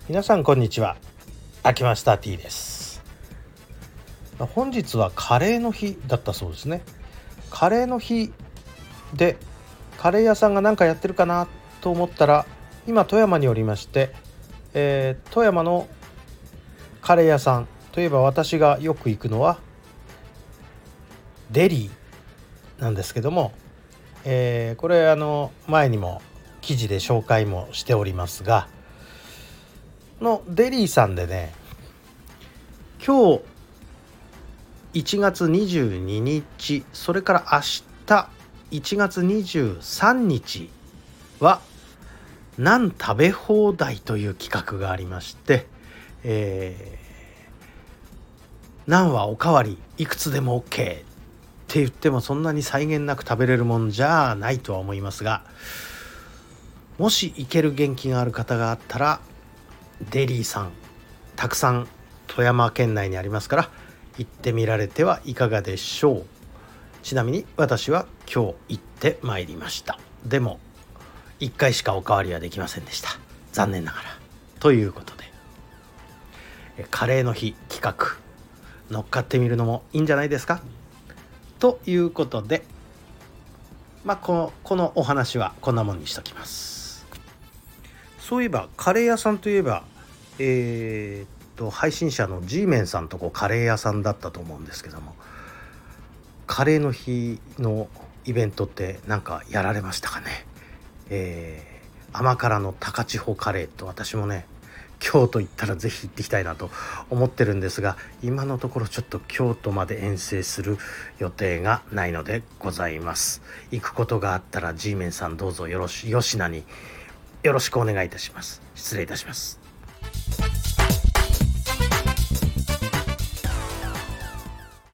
皆さんこんにちは。秋マスター T です。本日はカレーの日だったそうですね。カレーの日でカレー屋さんが何かやってるかなと思ったら、今富山におりまして、富山のカレー屋さんといえば私がよく行くのはデリーなんですけども、これ前にも記事で紹介もしておりますが、のデリーさんでね、今日1月22日、それから明日1月23日はナン食べ放題という企画がありまして、ナンはおかわりいくつでも OK って言ってもそんなに際限なく食べれるもんじゃないとは思いますが、もし行ける元気がある方があったらデリーさんたくさん富山県内にありますから行ってみられてはいかがでしょう。ちなみに私は今日行ってまいりました。でも1回しかおかわりはできませんでした。残念ながら。ということで、カレーの日企画乗っかってみるのもいいんじゃないですかということで、このお話はこんなもんにしときます。そういえばカレー屋さんといえば配信者の G メンさんとこカレー屋さんだったと思うんですけども、カレーの日のイベントってなんかやられましたかね。甘辛の高千穂カレーと、私もね京都行ったらぜひ行ってきたいなと思ってるんですが、今のところちょっと京都まで遠征する予定がないのでございます。行くことがあったら G メンさんどうぞ吉名によろしくお願いいたします。失礼いたします。